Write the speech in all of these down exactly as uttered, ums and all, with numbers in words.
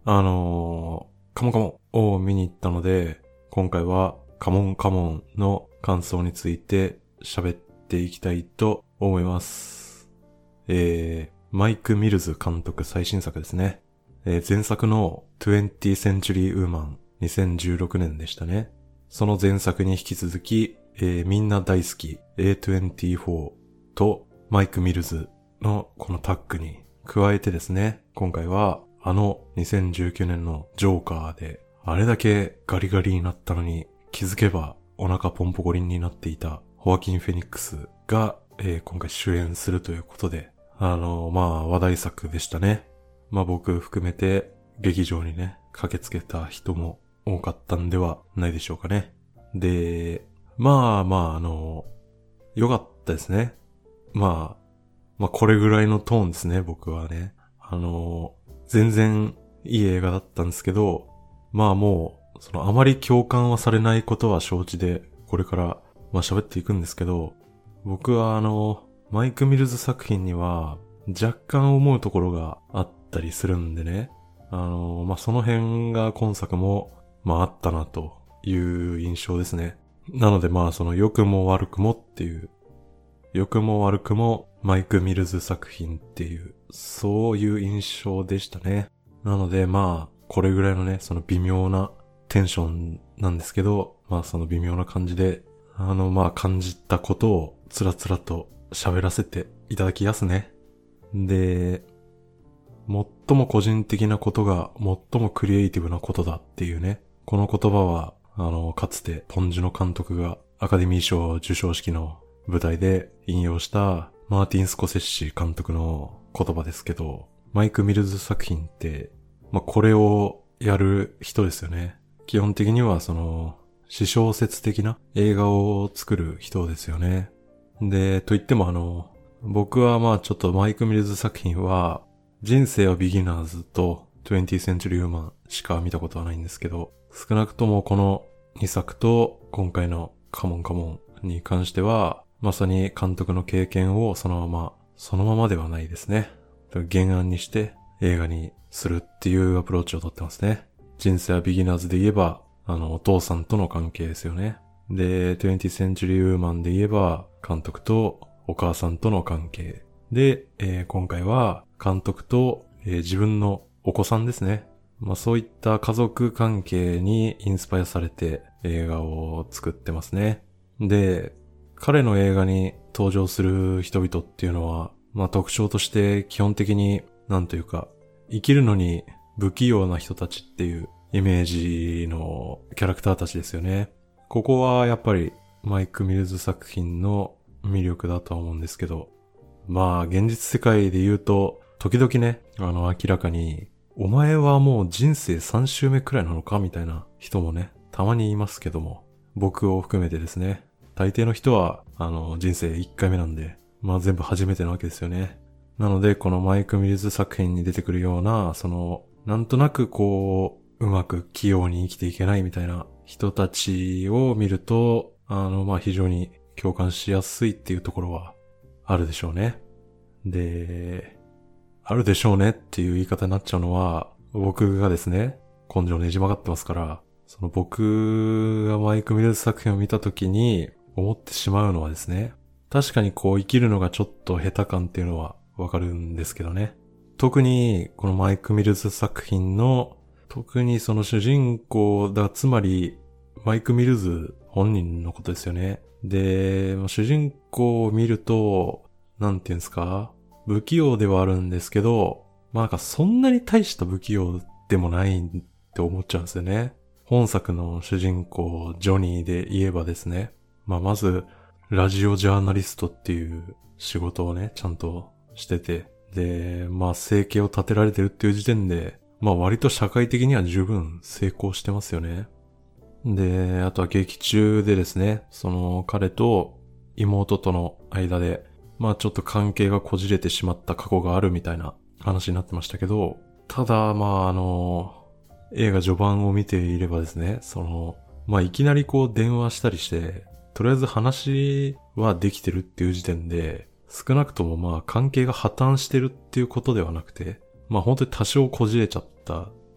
あのー、カモンカモンを見に行ったので、今回はカモンカモンの感想について喋っていきたいと思います。えー、マイク・ミルズ監督最新作ですね。えー、前作のトゥエンティー Century Womanにせんじゅうろくねんでしたね。その前作に引き続き、えー、みんな大好き エーにじゅうよん とマイク・ミルズのこのタッグに加えてですね、今回はあのにせんじゅうきゅうねんのジョーカーであれだけガリガリになったのに気づけばお腹ポンポコリンになっていたホアキン・フェニックスが、えー、今回主演するということで、あのー、まあ話題作でしたね。まあ僕含めて劇場にね、駆けつけた人も多かったんではないでしょうかね。で、まあまああのー、良かったですね。まあ、まあこれぐらいのトーンですね、僕はね。あのー、全然いい映画だったんですけど、まあもう、そのあまり共感はされないことは承知で、これからまあ喋っていくんですけど、僕はあの、マイク・ミルズ作品には若干思うところがあったりするんでね。あの、まあ、その辺が今作も、まあ、あったなという印象ですね。なのでまあ、その良くも悪くもっていう、良くも悪くもマイク・ミルズ作品っていう、そういう印象でしたね。なのでまあ、これぐらいのね、その微妙なテンションなんですけど、まあその微妙な感じで、あのまあ感じたことをつらつらと喋らせていただきますね。で、最も個人的なことが最もクリエイティブなことだっていうね。この言葉は、あの、かつてポンジュの監督がアカデミー賞授賞式の舞台で引用したマーティン・スコセッシ監督の言葉ですけど、マイク・ミルズ作品って、まあ、これをやる人ですよね。基本的にはその、私小説的な映画を作る人ですよね。で、と言ってもあの、僕はまあちょっとマイク・ミルズ作品は、人生はビギナーズとトゥエンティー Century Woman しか見たことはないんですけど、少なくともこのにさくと今回のカモンカモンに関しては、まさに監督の経験をそのまま、そのままではないですね。原案にして映画にするっていうアプローチをとってますね。人生はビギナーズで言えば、あの、お父さんとの関係ですよね。で、トゥエンティー Century Woman で言えば、監督とお母さんとの関係。で、えー、今回は監督と、えー、自分のお子さんですね。まあそういった家族関係にインスパイアされて映画を作ってますね。で、彼の映画に登場する人々っていうのは、まあ特徴として基本的になんというか、生きるのに不器用な人たちっていうイメージのキャラクターたちですよね。ここはやっぱりマイク・ミルズ作品の魅力だとは思うんですけど、まあ現実世界で言うと時々ね、あの明らかにお前はもう人生さん周目くらいなのかみたいな人もね、たまにいますけども、僕を含めてですね、大抵の人はあの人生いっかいめなんで、まあ全部初めてなわけですよね。なのでこのマイク・ミルズ作品に出てくるような、そのなんとなくこううまく器用に生きていけないみたいな人たちを見ると、あのまあ非常に共感しやすいっていうところはあるでしょうね。で、あるでしょうねっていう言い方になっちゃうのは、僕がですね、根性ねじ曲がってますから、その僕がマイク・ミルズ作品を見たときに思ってしまうのはですね、確かにこう生きるのがちょっと下手感っていうのはわかるんですけどね。特にこのマイク・ミルズ作品の、特にその主人公だ、つまりマイク・ミルズ本人のことですよね。で、主人公を見ると、なんていうんですか、不器用ではあるんですけど、まあなんかそんなに大した不器用でもないって思っちゃうんですよね。本作の主人公、ジョニーで言えばですね、まあまず、ラジオジャーナリストっていう仕事をね、ちゃんとしてて、で、まあ生計を立てられてるっていう時点で、まあ割と社会的には十分成功してますよね。で、あとは劇中でですね、その彼と妹との間で、まあちょっと関係がこじれてしまった過去があるみたいな話になってましたけど、ただまああの、映画序盤を見ていればですね、その、まあいきなりこう電話したりして、とりあえず話はできてるっていう時点で、少なくともまあ関係が破綻してるっていうことではなくて、まあ本当に多少こじれちゃったっ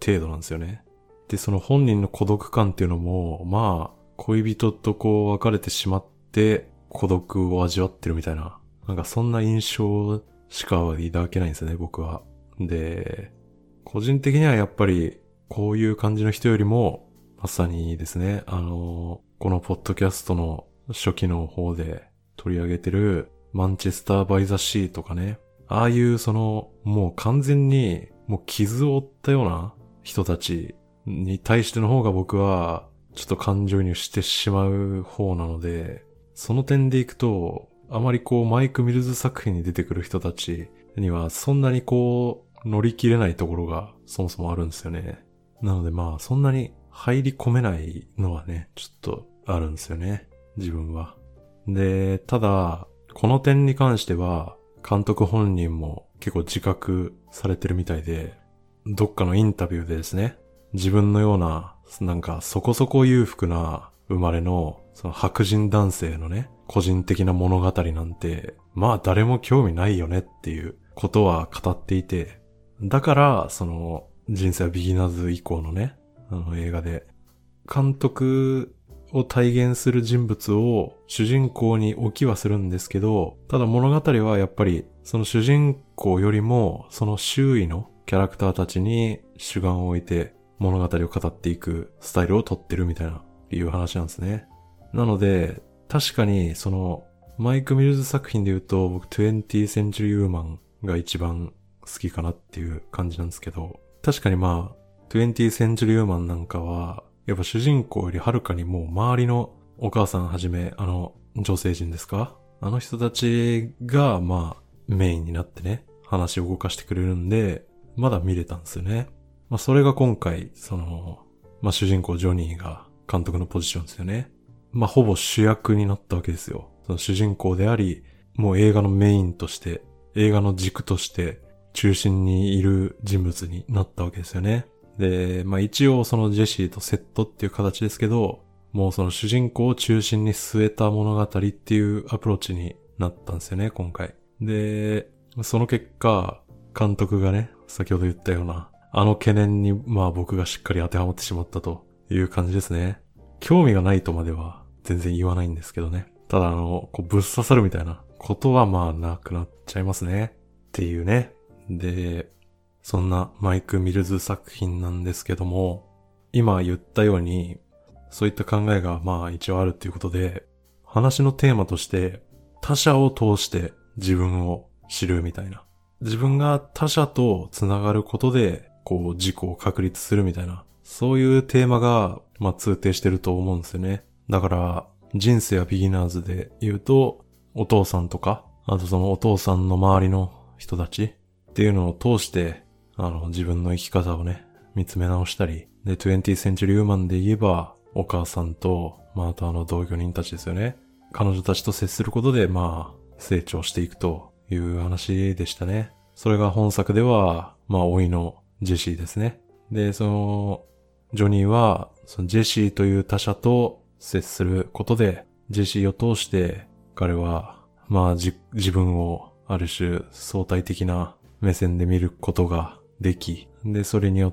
程度なんですよね。で、その本人の孤独感っていうのも、まあ、恋人とこう別れてしまって孤独を味わってるみたいな、なんかそんな印象しか抱けないんですよね、僕は。で、個人的にはやっぱりこういう感じの人よりも、まさにですね、あの、このポッドキャストの初期の方で取り上げてるマンチェスターバイザシーとかね、ああいうその、もう完全にもう傷を負ったような人たちに対しての方が僕はちょっと感情移入してしまう方なので、その点でいくと、あまりこうマイク・ミルズ作品に出てくる人たちにはそんなにこう乗り切れないところがそもそもあるんですよね。なのでまあそんなに入り込めないのはね、ちょっとあるんですよね、自分は。で、ただ、この点に関しては監督本人も結構自覚されてるみたいで、どっかのインタビューでですね、自分のような、なんかそこそこ裕福な生まれの、その白人男性のね、個人的な物語なんて、まあ誰も興味ないよねっていうことは語っていて、だから、その、人生はビギナーズ以降のね、あの映画で、監督を体現する人物を主人公に置きはするんですけど、ただ物語はやっぱり、その主人公よりも、その周囲のキャラクターたちに主眼を置いて物語を語っていくスタイルをとってるみたいな、いう話なんですね。なので、確かに、その、マイク・ミルズ作品で言うと、僕、トゥエンティー Century Woman が一番好きかなっていう感じなんですけど、確かにまあ、トゥエンティー Century Woman なんかは、やっぱ主人公よりはるかにもう周りのお母さんはじめ、あの、女性陣ですか？あの人たちが、まあ、メインになってね、話を動かしてくれるんで、まだ見れたんですよね。まあ、それが今回、その、まあ、主人公ジョニーが監督のポジションですよね。まあ、ほぼ主役になったわけですよ。その主人公であり、もう映画のメインとして、映画の軸として中心にいる人物になったわけですよね。で、まあ一応そのジェシーとセットっていう形ですけど、もうその主人公を中心に据えた物語っていうアプローチになったんですよね、今回。で、その結果、監督がね、先ほど言ったような、あの懸念にまあ僕がしっかり当てはまってしまったという感じですね。興味がないとまでは全然言わないんですけどね。ただあの、こうぶっ刺さるみたいなことはまあなくなっちゃいますね。っていうね。で、そんなマイク・ミルズ作品なんですけども、今言ったように、そういった考えがまあ一応あるっていうことで、話のテーマとして他者を通して自分を知るみたいな。自分が他者とつながることで、こう自己を確立するみたいな。そういうテーマが、まあ通底してると思うんですよね。だから、人生はビギナーズで言うと、お父さんとか、あとそのお父さんの周りの人たちっていうのを通して、あの、自分の生き方をね、見つめ直したり、で、トゥエンティー Century Woman で言えば、お母さんと、まあ、あとあの同居人たちですよね。彼女たちと接することで、まあ、成長していくという話でしたね。それが本作では、まあ、甥のジェシーですね。で、その、ジョニーは、そのジェシーという他者と接することで、ジェシーを通して、彼は、まあ、じ、自分を、ある種、相対的な目線で見ることができ、で、それによって、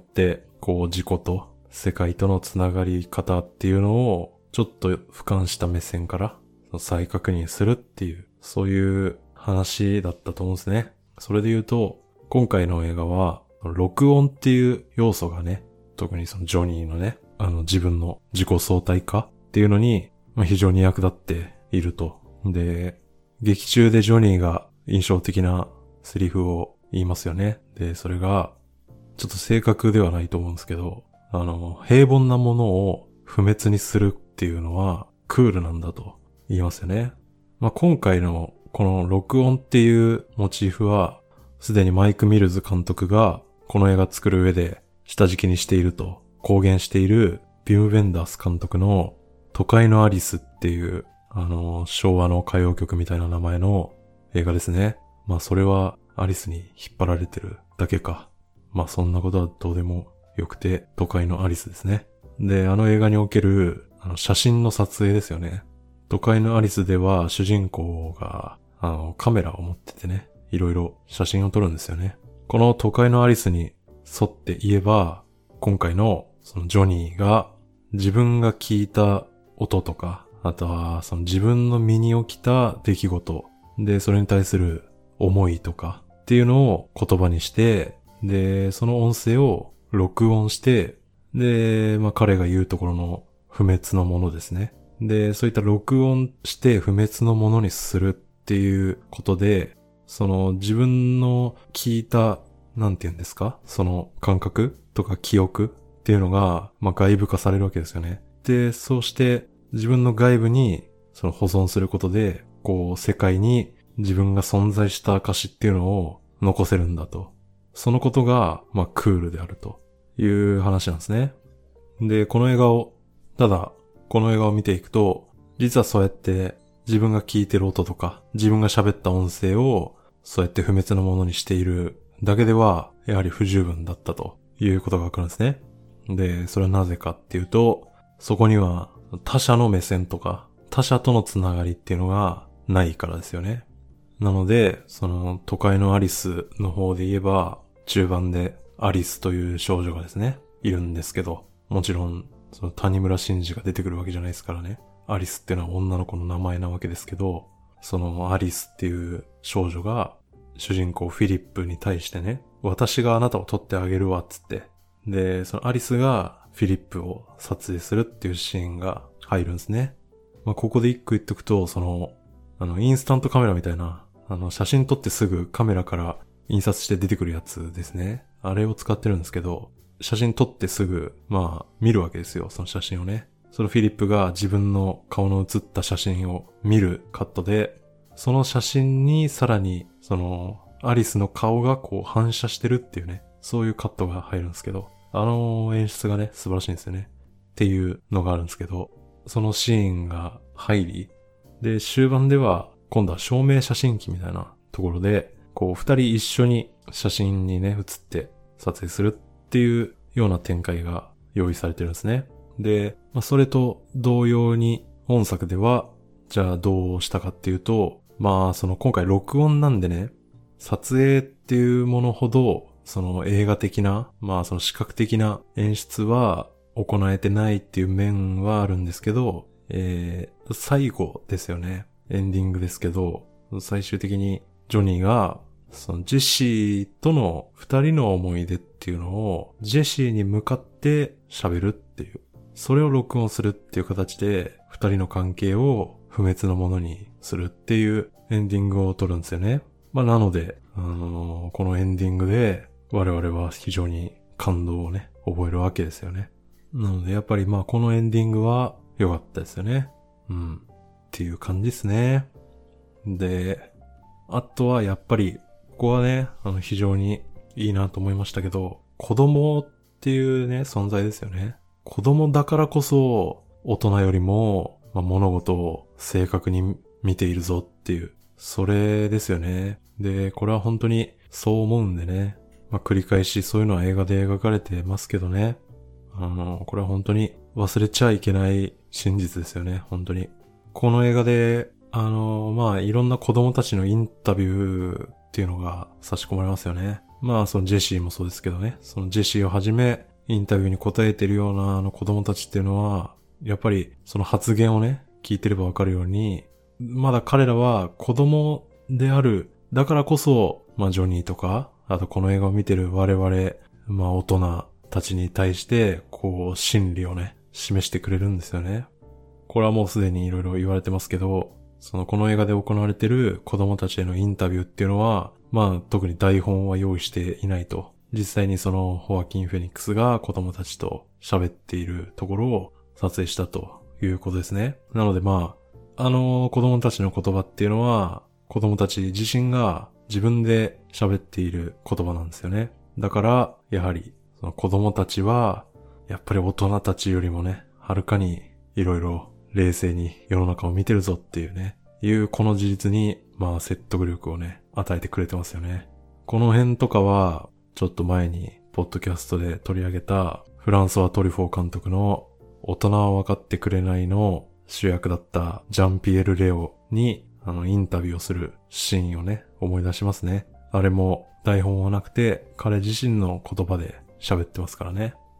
こう、自己と世界とのつながり方っていうのを、ちょっと俯瞰した目線から、再確認するっていう、そういう話だったと思うんですね。それで言うと、今回の映画は、録音っていう要素がね、特にそのジョニーのね、あの自分の自己相対化っていうのに、まあ、非常に役立っていると。で、劇中でジョニーが印象的なセリフを言いますよね。で、それが、ちょっと正確ではないと思うんですけど、あの、平凡なものを不滅にするっていうのはクールなんだと言いますよね。まあ、今回のこの録音っていうモチーフは、すでにマイク・ミルズ監督がこの映画作る上で下敷きにしていると公言しているビム・ベンダース監督の都会のアリスっていうあの昭和の歌謡曲みたいな名前の映画ですね。まあそれはアリスに引っ張られてるだけか。まあそんなことはどうでもよくて都会のアリスですね。で、あの映画におけるあの写真の撮影ですよね。都会のアリスでは主人公があのカメラを持っててね、いろいろ写真を撮るんですよね。この都会のアリスに沿って言えば、 今回のそのジョニーが自分が聞いた音とか、あとはその自分の身に起きた出来事で、それに対する思いとかっていうのを言葉にして、で、その音声を録音して、で、まあ彼が言うところの不滅のものですね。で、そういった録音して不滅のものにするっていうことで、その自分の聞いた、なんて言うんですか？その感覚とか記憶っていうのが、まあ外部化されるわけですよね。で、そうして自分の外部にその保存することで、こう世界に自分が存在した証っていうのを残せるんだと。そのことが、まあクールであるという話なんですね。で、この映画を、ただ、この映画を見ていくと、実はそうやって自分が聞いてる音とか、自分が喋った音声を、そうやって不滅のものにしているだけでは、やはり不十分だったということがわかるんですね。で、それはなぜかっていうと、そこには他者の目線とか、他者とのつながりっていうのがないからですよね。なので、その都会のアリスの方で言えば、中盤でアリスという少女がですね、いるんですけど、もちろん、その谷村新司が出てくるわけじゃないですからね。アリスっていうのは女の子の名前なわけですけど、そのアリスっていう少女が主人公フィリップに対してね、私があなたを取ってあげるわっつって。で、そのアリスがフィリップを撮影するっていうシーンが入るんですね。まあ、ここで一句言っとくと、その、あの、インスタントカメラみたいな、あの、写真撮ってすぐカメラから印刷して出てくるやつですね。あれを使ってるんですけど、写真撮ってすぐ、まあ、見るわけですよ、その写真をね。そのフィリップが自分の顔の写った写真を見るカットで、その写真にさらに、その、アリスの顔がこう反射してるっていうね、そういうカットが入るんですけど、あの演出がね、素晴らしいんですよね。っていうのがあるんですけど、そのシーンが入り、で、終盤では、今度は証明写真機みたいなところで、こう、二人一緒に写真にね、写って撮影するっていうような展開が用意されてるんですね。で、まあ、それと同様に本作では、じゃあどうしたかっていうと、まあ、その今回録音なんでね、撮影っていうものほど、その映画的な、まあその視覚的な演出は行えてないっていう面はあるんですけど、えー、最後ですよね。エンディングですけど、最終的にジョニーが、そのジェシーとの二人の思い出っていうのをジェシーに向かって喋るっていう、それを録音するっていう形で二人の関係を不滅のものにするっていうエンディングを撮るんですよね。まあなので、あのー、このエンディングで我々は非常に感動をね、覚えるわけですよね。なのでやっぱりまあこのエンディングは良かったですよね。うん。っていう感じですね。で、あとはやっぱり、ここはね、あの非常にいいなと思いましたけど、子供っていうね、存在ですよね。子供だからこそ、大人よりも、まあ、物事を正確に見ているぞっていう、それですよね。で、これは本当にそう思うんでね。まあ、繰り返しそういうのは映画で描かれてますけどね。あの、これは本当に忘れちゃいけない真実ですよね、本当に。この映画で、あの、まあ、いろんな子供たちのインタビューっていうのが差し込まれますよね。まあ、そのジェシーもそうですけどね。そのジェシーをはじめ、インタビューに答えてるようなあの子供たちっていうのは、やっぱりその発言をね、聞いてればわかるように、まだ彼らは子供である。だからこそ、まあジョニーとか、あとこの映画を見てる我々、まあ大人たちに対して、こう、真理をね、示してくれるんですよね。これはもうすでにいろいろ言われてますけど、そのこの映画で行われてる子供たちへのインタビューっていうのは、まあ特に台本は用意していないと。実際にそのホアキン・フェニックスが子供たちと喋っているところを撮影したということですね。なのでまあ、あの子供たちの言葉っていうのは子供たち自身が自分で喋っている言葉なんですよね。だからやはりその子供たちはやっぱり大人たちよりもね、はるかにいろいろ冷静に世の中を見てるぞっていうね、いうこの事実にまあ説得力をね、与えてくれてますよね。この辺とかはちょっと前にポッドキャストで取り上げたフランソワ・トリフォー監督の大人は分かってくれないの主役だったジャンピエール・レオにあのインタビューをするシーンをね、思い出しますね。あれも台本はなくて彼自身の言葉で喋ってますからね。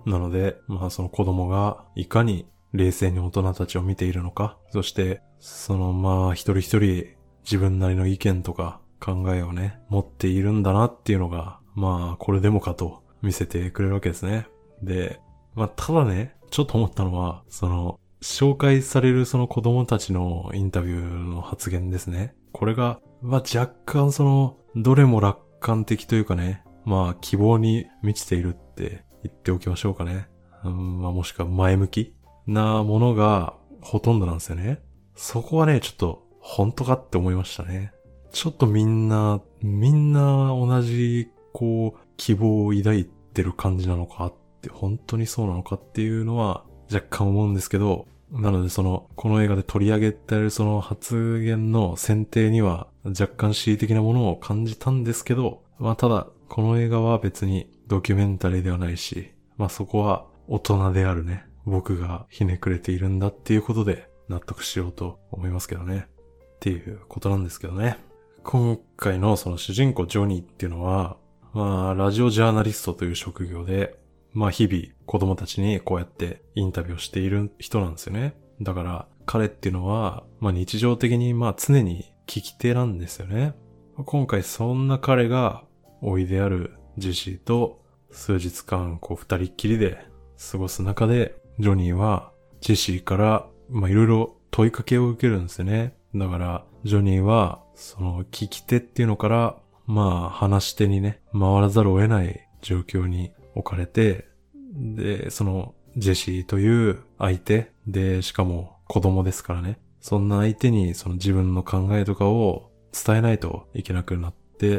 なので、まあその子供がいかに冷静に大人たちを見ているのか、そしてそのまあ一人一人自分なりの意見とか考えをね、持っているんだなっていうのが、まあこれでもかと見せてくれるわけですね。で、まあただね、ちょっと思ったのは、その紹介されるその子供たちのインタビューの発言ですね。これが、まあ若干その、どれも楽観的というかね、まあ希望に満ちているって言っておきましょうかね。うん、まあもしくは前向きなものがほとんどなんですよね。そこはね、ちょっと本当かって思いましたね。ちょっとみんな、みんな同じ、こう、希望を抱いてる感じなのかって、本当にそうなのかっていうのは若干思うんですけど、なのでその、この映画で取り上げてるその発言の選定には若干恣意的なものを感じたんですけど、まあただ、この映画は別にドキュメンタリーではないし、まあそこは大人であるね、僕がひねくれているんだっていうことで納得しようと思いますけどね。っていうことなんですけどね。今回のその主人公ジョニーっていうのは、まあラジオジャーナリストという職業で、まあ日々子供たちにこうやってインタビューをしている人なんですよね。だから彼っていうのは、まあ日常的にまあ常に聞き手なんですよね。今回そんな彼が甥いであるジェシーと数日間こう二人っきりで過ごす中で、ジョニーはジェシーからまあいろいろ問いかけを受けるんですよね。だからジョニーはその聞き手っていうのからまあ話し手にね回らざるを得ない状況に置かれて、でそのジェシーという相手で、しかも子供ですからね、そんな相手にその自分の考えとかを伝えないといけなくなって、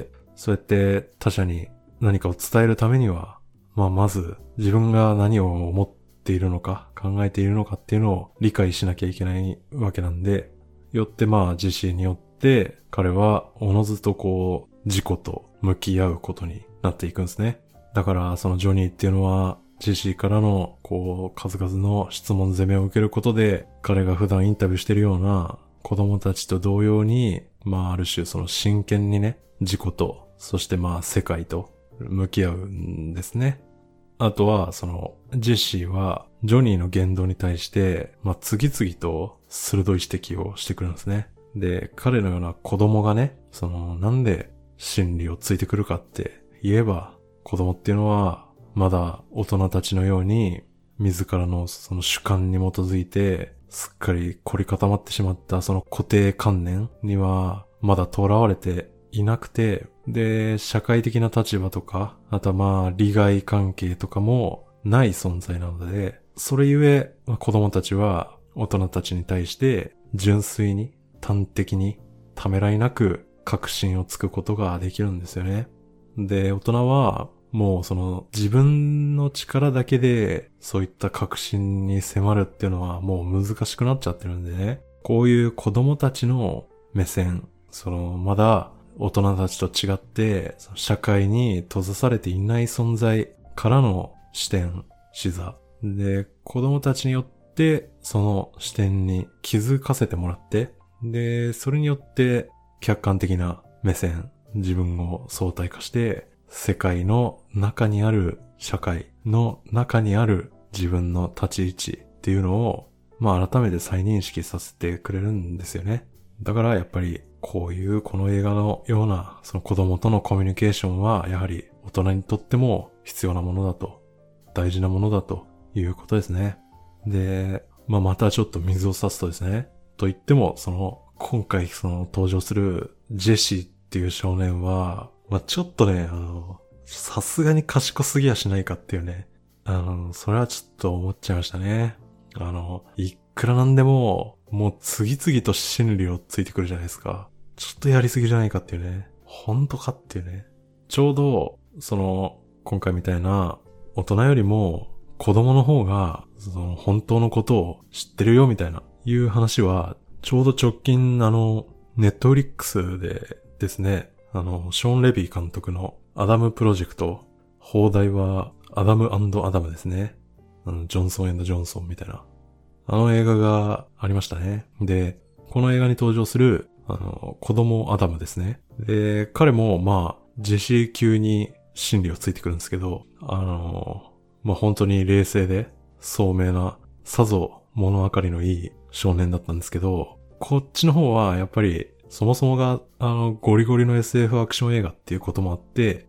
そうやって他者に何かを伝えるためには、まあまず自分が何を思っているのか考えているのかっていうのを理解しなきゃいけないわけなんで、よってまあジェシーによって彼はおのずとこう自己と向き合うことになっていくんですね。だからそのジョニーっていうのはジェシーからのこう数々の質問攻めを受けることで、彼が普段インタビューしてるような子供たちと同様に、まあある種その真剣にね、自己とそしてまあ世界と向き合うんですね。あとはそのジェシーはジョニーの言動に対してまあ次々と鋭い指摘をしてくるんですね。で、彼のような子供がね、そのなんで真理をついてくるかって言えば、子供っていうのはまだ大人たちのように自らのその主観に基づいてすっかり凝り固まってしまったその固定観念にはまだ囚われていなくて、で、社会的な立場とか、あとはまあ利害関係とかもない存在なので、それゆえ子供たちは大人たちに対して純粋に端的にためらいなく確信をつくことができるんですよね。で、大人はもうその自分の力だけでそういった確信に迫るっていうのはもう難しくなっちゃってるんでね。こういう子供たちの目線、そのまだ大人たちと違って社会に閉ざされていない存在からの視点、視座で、子供たちによってその視点に気づかせてもらって、で、それによって客観的な目線、自分を相対化して世界の中にある社会の中にある自分の立ち位置っていうのをまあ改めて再認識させてくれるんですよね。だからやっぱりこういうこの映画のようなその子供とのコミュニケーションはやはり大人にとっても必要なものだと、大事なものだということですね。で、まあまたちょっと水を差すとですね、と言ってもその今回その登場するジェシーっていう少年はまあちょっとね、あの、さすがに賢すぎやしないかっていうね、あの、それはちょっと思っちゃいましたね。あの、いくらなんでも、もう次々と真理をついてくるじゃないですか。ちょっとやりすぎじゃないかっていうね。本当かっていうね。ちょうど、その、今回みたいな、大人よりも子供の方が、その、本当のことを知ってるよみたいな、いう話は、ちょうど直近、あの、ネットフリックスでですね、あの、ショーン・レビー監督のアダムプロジェクト、放題はアダム&アダムですね。あのジョンソン&ジョンソンみたいな。あの映画がありましたね。で、この映画に登場する、あの、子供アダムですね。で、彼もまあ、ジェシー級に真理をついてくるんですけど、あの、 まあ本当に冷静で聡明な、さぞ物分かりのいい少年だったんですけど、こっちの方はやっぱりそもそもがあのゴリゴリの エスエフ アクション映画っていうこともあって、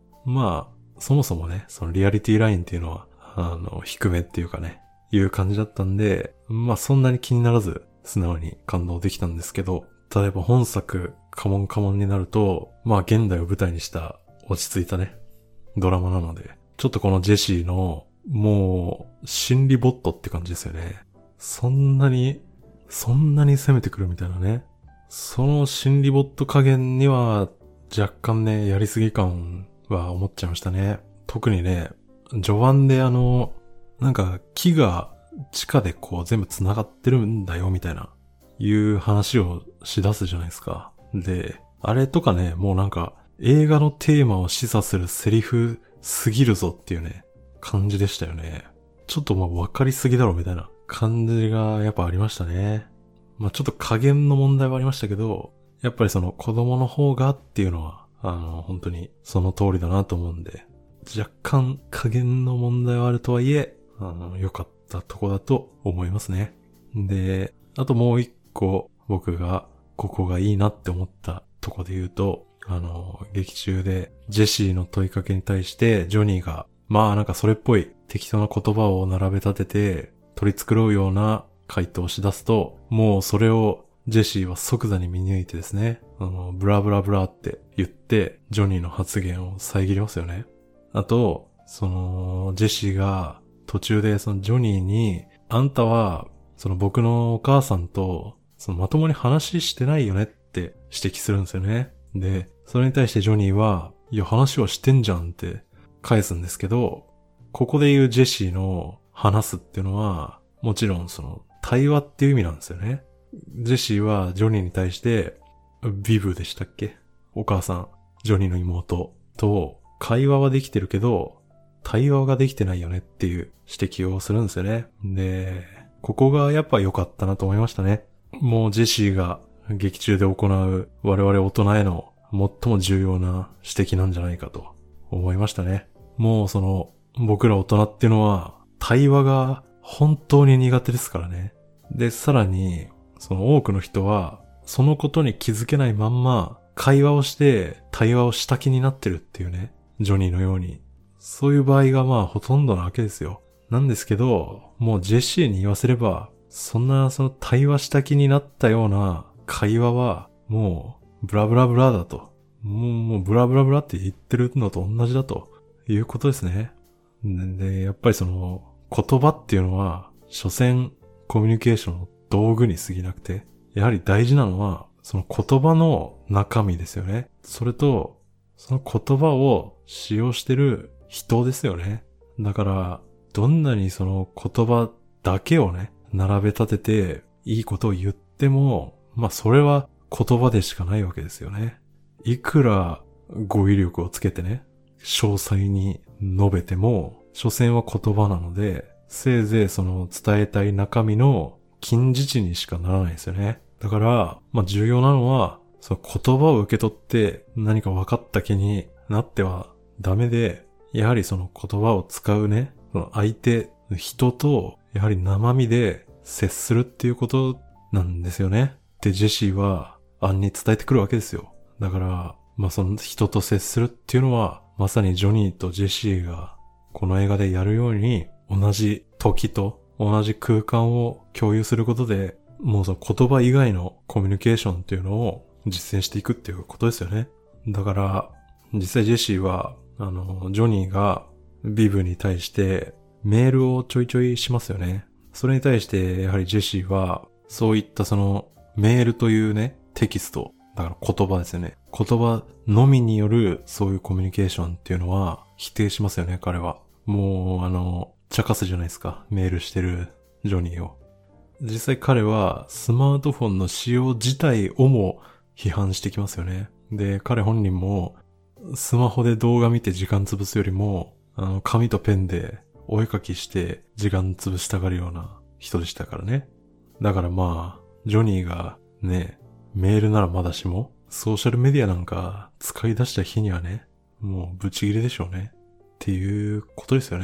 まあそもそもね、そのリアリティラインっていうのはあの低めっていうかね、いう感じだったんで、まあそんなに気にならず素直に感動できたんですけど、例えば本作カモンカモンになると、まあ現代を舞台にした落ち着いたね、ドラマなので、ちょっとこのジェシーのもう心理ボットって感じですよね。そんなに、そんなに攻めてくるみたいなね。その心理ボット加減には若干ね、やりすぎ感は思っちゃいましたね。特にね、序盤であの、なんか木が地下でこう全部繋がってるんだよみたいな、いう話をし出すじゃないですか。で、あれとかね、もうなんか映画のテーマを示唆するセリフすぎるぞっていうね、感じでしたよね。ちょっとまあ分かりすぎだろみたいな感じがやっぱありましたね。まあちょっと加減の問題はありましたけど、やっぱりその子供の方がっていうのは、あの本当にその通りだなと思うんで、若干加減の問題はあるとはいえ、あの良かったとこだと思いますね。で、あともう一個僕がここがいいなって思ったとこで言うと、あの劇中でジェシーの問いかけに対してジョニーがまあなんかそれっぽい適当な言葉を並べ立てて取り繕うような回答をし出すと、もうそれをジェシーは即座に見抜いてですね、あのブラブラブラって言ってジョニーの発言を遮りますよね。あと、そのジェシーが途中でそのジョニーに、あんたはその僕のお母さんとそのまともに話してないよねって指摘するんですよね。で、それに対してジョニーは、いや話はしてんじゃんって返すんですけど、ここで言うジェシーの話すっていうのは、もちろんその対話っていう意味なんですよね。ジェシーはジョニーに対して、ビブでしたっけ？お母さん、ジョニーの妹と会話はできてるけど、対話ができてないよねっていう指摘をするんですよね。で、ここがやっぱ良かったなと思いましたね。もうジェシーが劇中で行う我々大人への最も重要な指摘なんじゃないかと思いましたね。もうその僕ら大人っていうのは対話が本当に苦手ですからね。で、さらにその多くの人はそのことに気づけないまんま会話をして対話をした気になってるっていうね。ジョニーのように。そういう場合がまあほとんどなわけですよ。なんですけど、もうジェシーに言わせれば、そんなその対話した気になったような会話はもうブラブラブラだと。もう、もうブラブラブラって言ってるのと同じだということですね。で、やっぱりその言葉っていうのは、所詮コミュニケーションの道具に過ぎなくて、やはり大事なのはその言葉の中身ですよね。それと、その言葉を使用してる人ですよね。だから、どんなにその言葉だけをね、並べ立てていいことを言っても、まあそれは言葉でしかないわけですよね。いくら語彙力をつけてね、詳細に述べても、所詮は言葉なので、せいぜいその伝えたい中身の近似値にしかならないですよね。だから、まあ重要なのは、その言葉を受け取って何か分かった気になってはダメで、やはりその言葉を使うね、その相手、人とやはり生身で接するっていうことなんですよね。で、ジェシーは暗に伝えてくるわけですよ。だから、まあその人と接するっていうのは、まさにジョニーとジェシーがこの映画でやるように、同じ時と同じ空間を共有することで、もうその言葉以外のコミュニケーションっていうのを実践していくっていうことですよね。だから、実際ジェシーは、あの、ジョニーがビブに対してメールをちょいちょいしますよね。それに対してやはりジェシーは、そういったそのメールというね、テキスト、だから言葉ですよね。言葉のみによるそういうコミュニケーションっていうのは否定しますよね、彼は。もう、あの、茶化すじゃないですか。メールしてるジョニーを。実際彼はスマートフォンの使用自体をも批判してきますよね。で、彼本人もスマホで動画見て時間潰すよりも、あの、紙とペンでお絵描きして時間潰したがるような人でしたからね。だからまあ、ジョニーがね、メールならまだしも、ソーシャルメディアなんか使い出した日にはね、もうブチギレでしょうね。っていうことですよね。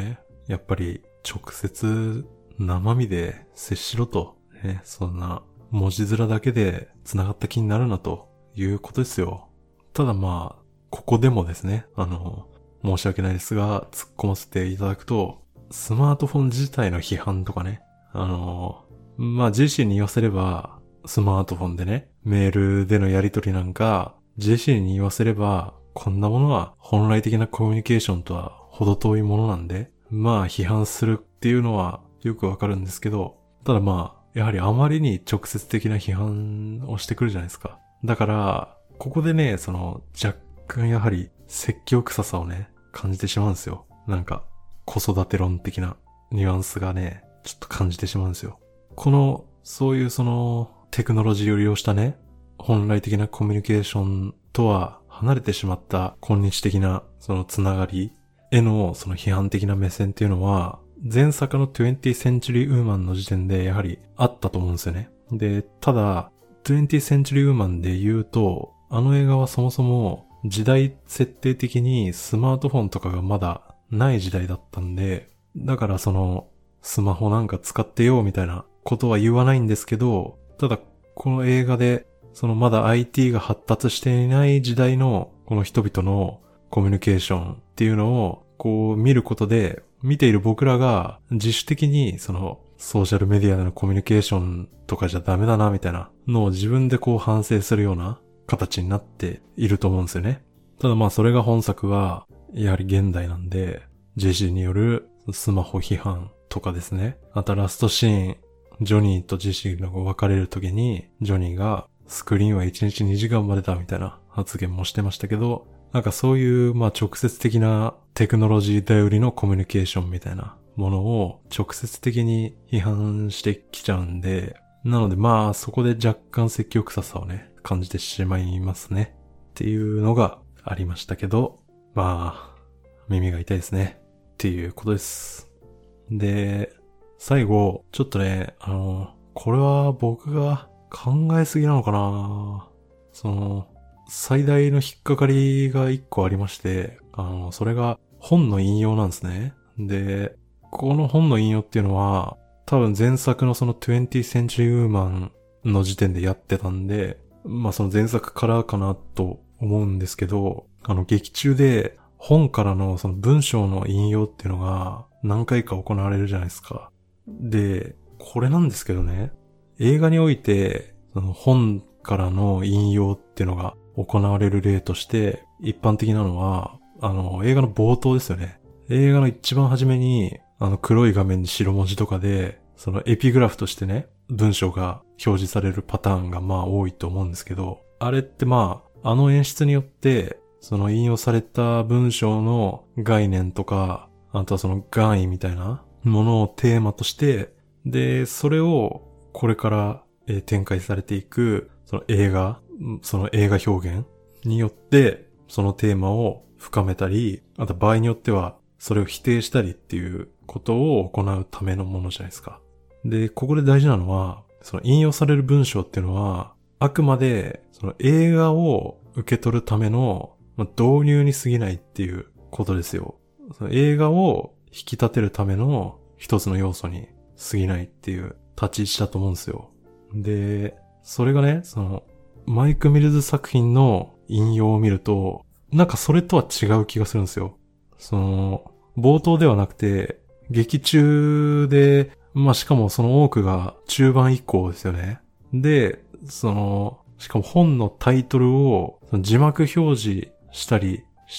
やっぱり直接生身で接しろと、ね、そんな文字面だけで繋がった気になるなということですよ。ただまあ、ここでもですね、あの、申し訳ないですが、突っ込ませていただくと、スマートフォン自体の批判とかね、あの、まあ自身に言わせれば、スマートフォンでね、メールでのやり取りなんか、自身に言わせれば、こんなものは本来的なコミュニケーションとは程遠いものなんで、まあ批判するっていうのはよくわかるんですけど、ただまあ、やはりあまりに直接的な批判をしてくるじゃないですか。だから、ここでね、その若干やはり説教臭さをね、感じてしまうんですよ。なんか、子育て論的なニュアンスがね、ちょっと感じてしまうんですよ。この、そういうその、テクノロジーを利用したね、本来的なコミュニケーションとは離れてしまった今日的なそのつながりへのその批判的な目線っていうのは、前作の twentieth Century Woman の時点でやはりあったと思うんですよね。で、ただ、twentieth Century Woman で言うと、あの映画はそもそも時代設定的にスマートフォンとかがまだない時代だったんで、だからそのスマホなんか使ってよみたいなことは言わないんですけど、ただこの映画でそのまだ アイティー が発達していない時代のこの人々のコミュニケーションっていうのをこう見ることで、見ている僕らが自主的にそのソーシャルメディアでのコミュニケーションとかじゃダメだなみたいなのを自分でこう反省するような形になっていると思うんですよね。ただまあそれが本作はやはり現代なんで、ジェシーによるスマホ批判とかですね。あとラストシーン、ジョニーとジェシーが別れる時に、ジョニーがスクリーンはいちにちにじかんまでだみたいな発言もしてましたけど、なんかそういうまあ直接的なテクノロジー頼りのコミュニケーションみたいなものを直接的に批判してきちゃうんで、なのでまあそこで若干説教臭さをね感じてしまいますねっていうのがありましたけど、まあ耳が痛いですねっていうことです。で、最後ちょっとね、あのこれは僕が考えすぎなのかな、その最大の引っかかりが一個ありまして、あのそれが本の引用なんですね。で、この本の引用っていうのは多分前作のその twentieth Century Woman の時点でやってたんで、まあその前作からかなと思うんですけど、あの劇中で本からのその文章の引用っていうのが何回か行われるじゃないですか。で、これなんですけどね、映画においてその本からの引用っていうのが行われる例として一般的なのは、あの映画の冒頭ですよね。映画の一番初めにあの黒い画面に白文字とかでそのエピグラフとしてね文章が表示されるパターンがまあ多いと思うんですけど、あれってまああの演出によってその引用された文章の概念とか、あとはその願意みたいなものをテーマとして、でそれをこれから展開されていくその映画、その映画表現によってそのテーマを深めたり、あと場合によってはそれを否定したりっていうことを行うためのものじゃないですか。で、ここで大事なのは、その引用される文章っていうのは、あくまでその映画を受け取るための導入に過ぎないっていうことですよ。その映画を引き立てるための一つの要素に過ぎないっていう立ち位置だと思うんですよ。で、それがね、そのマイク・ミルズ作品の引用を見ると、なんかそれとは違う気がするんですよ。その冒頭ではなくて劇中で、まあしかもその多くが中盤以降ですよね。で、そのしかも本のタイトルを字幕表示したりして、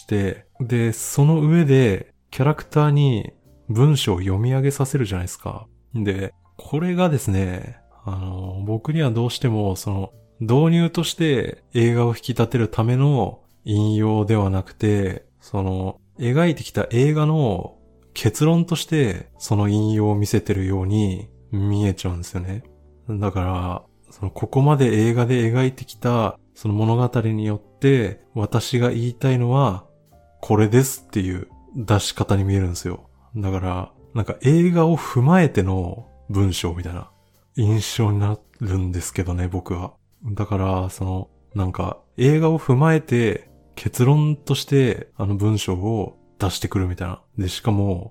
でその上でキャラクターに文章を読み上げさせるじゃないですか。で、これがですね、あの僕にはどうしてもその導入として映画を引き立てるための引用ではなくて、その描いてきた映画の結論としてその引用を見せてるように見えちゃうんですよね。だからそのここまで映画で描いてきたその物語によって私が言いたいのはこれですっていう出し方に見えるんですよ。だからなんか映画を踏まえての文章みたいな印象になるんですけどね、僕は。だからそのなんか映画を踏まえて結論としてあの文章を出してくるみたいな。で、しかも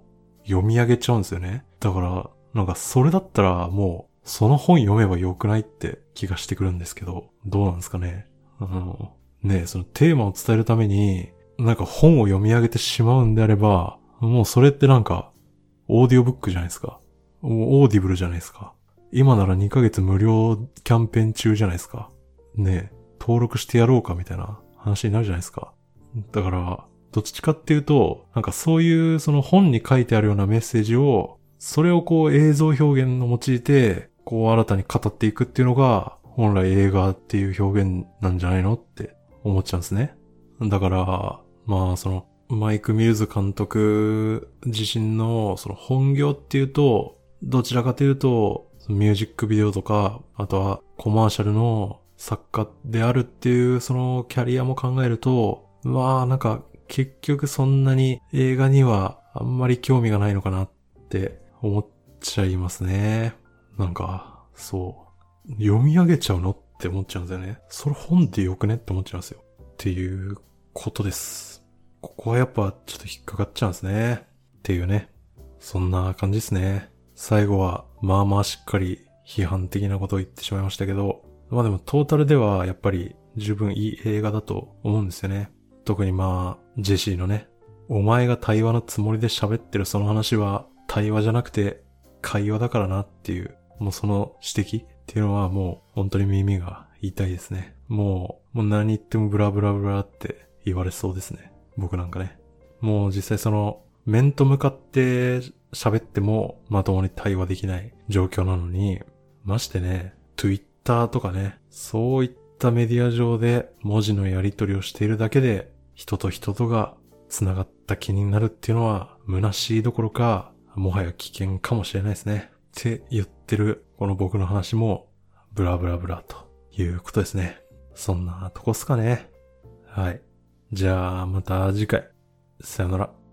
読み上げちゃうんですよね。だから、なんかそれだったらもう、その本読めばよくないって気がしてくるんですけど、どうなんですかね。あの、ねえ、そのテーマを伝えるために、なんか本を読み上げてしまうんであれば、もうそれってなんか、オーディオブックじゃないですか。もうオーディブルじゃないですか。今ならにかげつ無料キャンペーン中じゃないですか。ねえ、登録してやろうかみたいな話になるじゃないですか。だから、どっちかっていうと、なんかそういうその本に書いてあるようなメッセージを、それをこう映像表現を用いて、こう新たに語っていくっていうのが、本来映画っていう表現なんじゃないのって思っちゃうんですね。だから、まあその、マイク・ミルズ監督自身のその本業っていうと、どちらかというと、ミュージックビデオとか、あとはコマーシャルの作家であるっていうそのキャリアも考えると、まあなんか結局そんなに映画にはあんまり興味がないのかなって思っちゃいますね。なんか、そう。読み上げちゃうのって思っちゃうんですよね。それ本でよくねって思っちゃうんですよ。っていうことです。ここはやっぱちょっと引っかかっちゃうんですね。っていうね。そんな感じですね。最後はまあまあしっかり批判的なことを言ってしまいましたけど、まあでもトータルではやっぱり十分いい映画だと思うんですよね。特にまあ、ジェシーのね、お前が対話のつもりで喋ってるその話は対話じゃなくて会話だからなっていう、もうその指摘っていうのはもう本当に耳が痛いですね。もう、もう何言ってもブラブラブラって言われそうですね。僕なんかね。もう実際その、面と向かって喋ってもまともに対話できない状況なのに、ましてね、Twitter とかね、そういったメディア上で文字のやり取りをしているだけで、人と人とが繋がった気になるっていうのは、虚しいどころか、もはや危険かもしれないですね。って言ってる、この僕の話も、ブラブラブラということですね。そんなとこっすかね。はい。じゃあ、また次回。さよなら。